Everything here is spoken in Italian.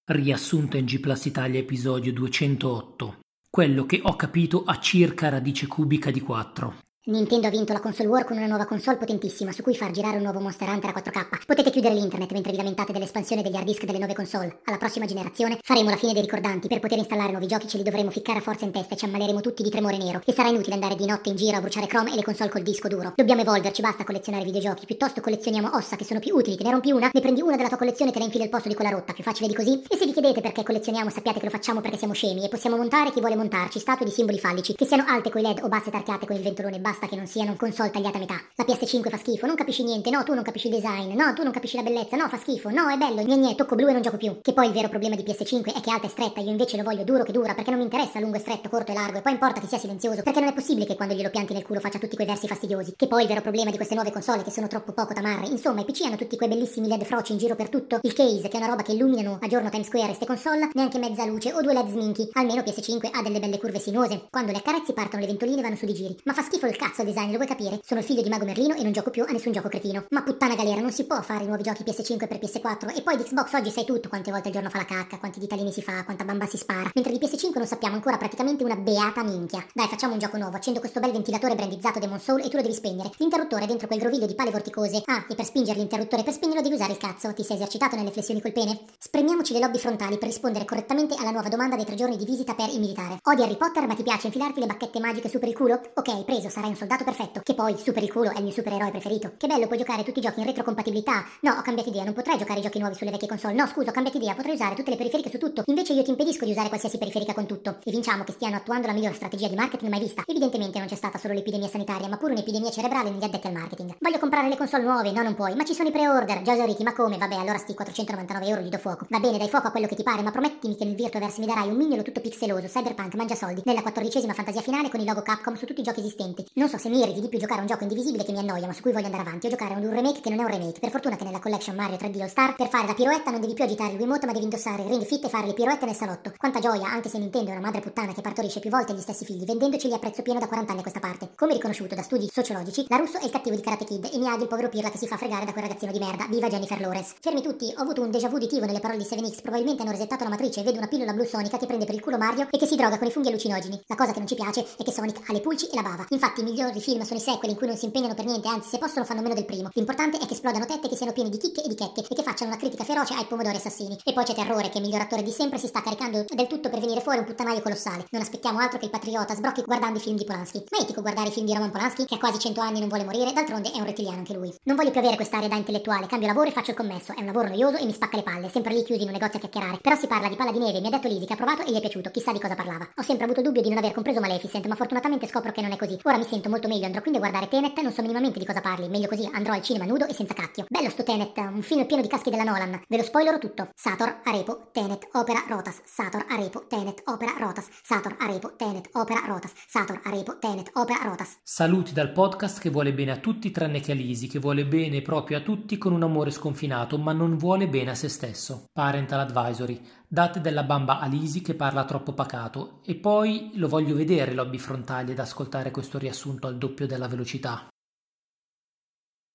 Riassunto in G+ Italia episodio 208. Quello che ho capito a circa radice cubica di 4. Nintendo ha vinto la console war con una nuova console potentissima su cui far girare un nuovo Monster Hunter a 4K. Potete chiudere l'internet mentre vi lamentate dell'espansione degli hard disk delle nuove console. Alla prossima generazione faremo la fine dei ricordanti. Per poter installare nuovi giochi ce li dovremo ficcare a forza in testa e ci ammaleremo tutti di tremore nero. E sarà inutile andare di notte in giro a bruciare Chrome e le console col disco duro. Dobbiamo evolverci, basta collezionare videogiochi. Piuttosto collezioniamo ossa che sono più utili. Te ne rompi una, ne prendi una della tua collezione e te la infili al posto di quella rotta. Più facile di così? E se vi chiedete perché collezioniamo, sappiate che lo facciamo perché siamo scemi e possiamo montare chi vuole montarci statue di simboli fallici. Che siano alte coi LED o basse tarchiate con il ventolone, basta che non siano console tagliata a metà. La PS5 fa schifo, non capisci niente, no, tu non capisci il design, no, tu non capisci la bellezza, no, fa schifo, no, è bello, gne, tocco blu e non gioco più. Che poi il vero problema di PS5 è che è alta e stretta, io invece lo voglio duro che dura, perché non mi interessa lungo e stretto, corto e largo, e poi importa che sia silenzioso, perché non è possibile che quando glielo pianti nel culo faccia tutti quei versi fastidiosi. Che poi il vero problema di queste nuove console che sono troppo poco tamarre. Insomma, i PC hanno tutti quei bellissimi LED froci in giro per tutto, il case che è una roba che illuminano a giorno Times Square e ste console, neanche mezza luce o due LED sminchi. Almeno PS5 ha delle belle curve sinuose, quando le accarezzi partono le ventoline vanno su di giri. Ma fa schifo il cazzo il design, lo vuoi capire? Sono il figlio di Mago Merlino e non gioco più a nessun gioco cretino. Ma puttana galera, non si può fare i nuovi giochi PS5 per PS4 e poi di Xbox oggi sai tutto, quante volte al giorno fa la cacca, quanti ditalini si fa, quanta bamba si spara, mentre di PS5 non sappiamo ancora praticamente una beata minchia. Dai, facciamo un gioco nuovo, accendo questo bel ventilatore brandizzato Demon Soul e tu lo devi spegnere. L'interruttore è dentro quel groviglio di pale vorticose. Ah, e per spingere l'interruttore per spegnerlo devi usare il cazzo. Ti sei esercitato nelle flessioni col pene? Spremiamoci le lobby frontali per rispondere correttamente alla nuova domanda dei 3 giorni di visita per il militare. Odi Harry Potter ma ti piace infilarti le bacchette magiche super il culo? Ok, preso, sarai un soldato perfetto. Che poi super il culo è il mio supereroe preferito. Che bello, puoi giocare tutti i giochi in retrocompatibilità. No, ho cambiato idea, non potrei giocare i giochi nuovi sulle vecchie console. No, scusa, ho cambiato idea, potrei usare tutte le periferiche su tutto. Invece io ti impedisco di usare qualsiasi periferica con tutto. E vinciamo che stiano attuando la miglior strategia di marketing mai vista. Evidentemente non c'è stata solo l'epidemia sanitaria, ma pure un'epidemia cerebrale negli addetti al marketing. Voglio comprare le console nuove, no, non puoi. Ma ci sono i pre-order, già esauriti, ma come? Vabbè, allora sti 499 euro gli do fuoco. Va bene, dai fuoco a quello che ti pare, ma promettimi che nel Virtuaverse mi darai un mignolo tutto pixeloso, cyberpunk, mangia soldi, nella 14ª fantasia finale con il logo Capcom su tutti i giochi esistenti. Non so se mi irriti di più giocare a un gioco indivisibile che mi annoia, ma su cui voglio andare avanti, o giocare a un remake che non è un remake. Per fortuna che nella collection Mario 3D All Star per fare la piroetta non devi più agitare il Wiimote ma devi indossare il Ring Fit e fare le piroette nel salotto. Quanta gioia, anche se Nintendo è una madre puttana che partorisce più volte gli stessi figli, vendendoceli a prezzo pieno da 40 anni a questa parte. Come riconosciuto da studi sociologici, la Russo è il cattivo di Karate Kid e Miyagi il povero pirla che si fa fregare da quel ragazzino di merda. Viva Jennifer Lawrence. Fermi tutti, ho avuto un déjà vu uditivo nelle parole di 7X, probabilmente hanno resettato la matrice e vedo una pillola blu sonica che prende per il culo Mario e che si droga con i funghi allucinogeni. La cosa che non ci piace è che Sonic ha le pulci e la bava. Infatti i migliori film sono i sequel in cui non si impegnano per niente, anzi se possono fanno meno del primo. L'importante è che esplodano tette che siano pieni di chicche e di checche e che facciano una critica feroce ai pomodori assassini. E poi c'è Terrore che il miglior attore di sempre si sta caricando del tutto per venire fuori un puttanaio colossale. Non aspettiamo altro che il patriota sbrocchi guardando i film di Polanski. Ma è etico guardare i film di Roman Polanski che ha quasi 100 anni e non vuole morire, d'altronde è un rettiliano anche lui. Non voglio più avere quest'area da intellettuale, cambio lavoro e faccio il commesso. È un lavoro noioso e mi spacca le palle, sempre lì chiusi in un negozio a chiacchierare. Però si parla di palla di neve, mi ha detto Lisi che ha provato e gli è piaciuto, chissà di cosa parlava. Ho sempre avuto il dubbio di non aver compreso Maleficent, ma fortunatamente scopro che non è così. Ora mi sento molto meglio, andrò quindi a guardare Tenet, non so minimamente di cosa parli, meglio così, andrò al cinema nudo e senza cacchio. Bello sto Tenet, un film pieno di caschi della Nolan. Ve lo spoilerò tutto. Sator, Arepo, Tenet, Opera, Rotas. Sator, Arepo, Tenet, Opera, Rotas. Sator, Arepo, Tenet, Opera, Rotas. Sator, Arepo, Tenet, Opera, Rotas. Saluti dal podcast che vuole bene a tutti tranne che a Lisi, che vuole bene proprio a tutti con un amore sconfinato, ma non vuole bene a se stesso. Parental advisory. Date della bamba a Lisi che parla troppo pacato. E poi lo voglio vedere lobby frontali ed ascoltare questo riassunto al doppio della velocità.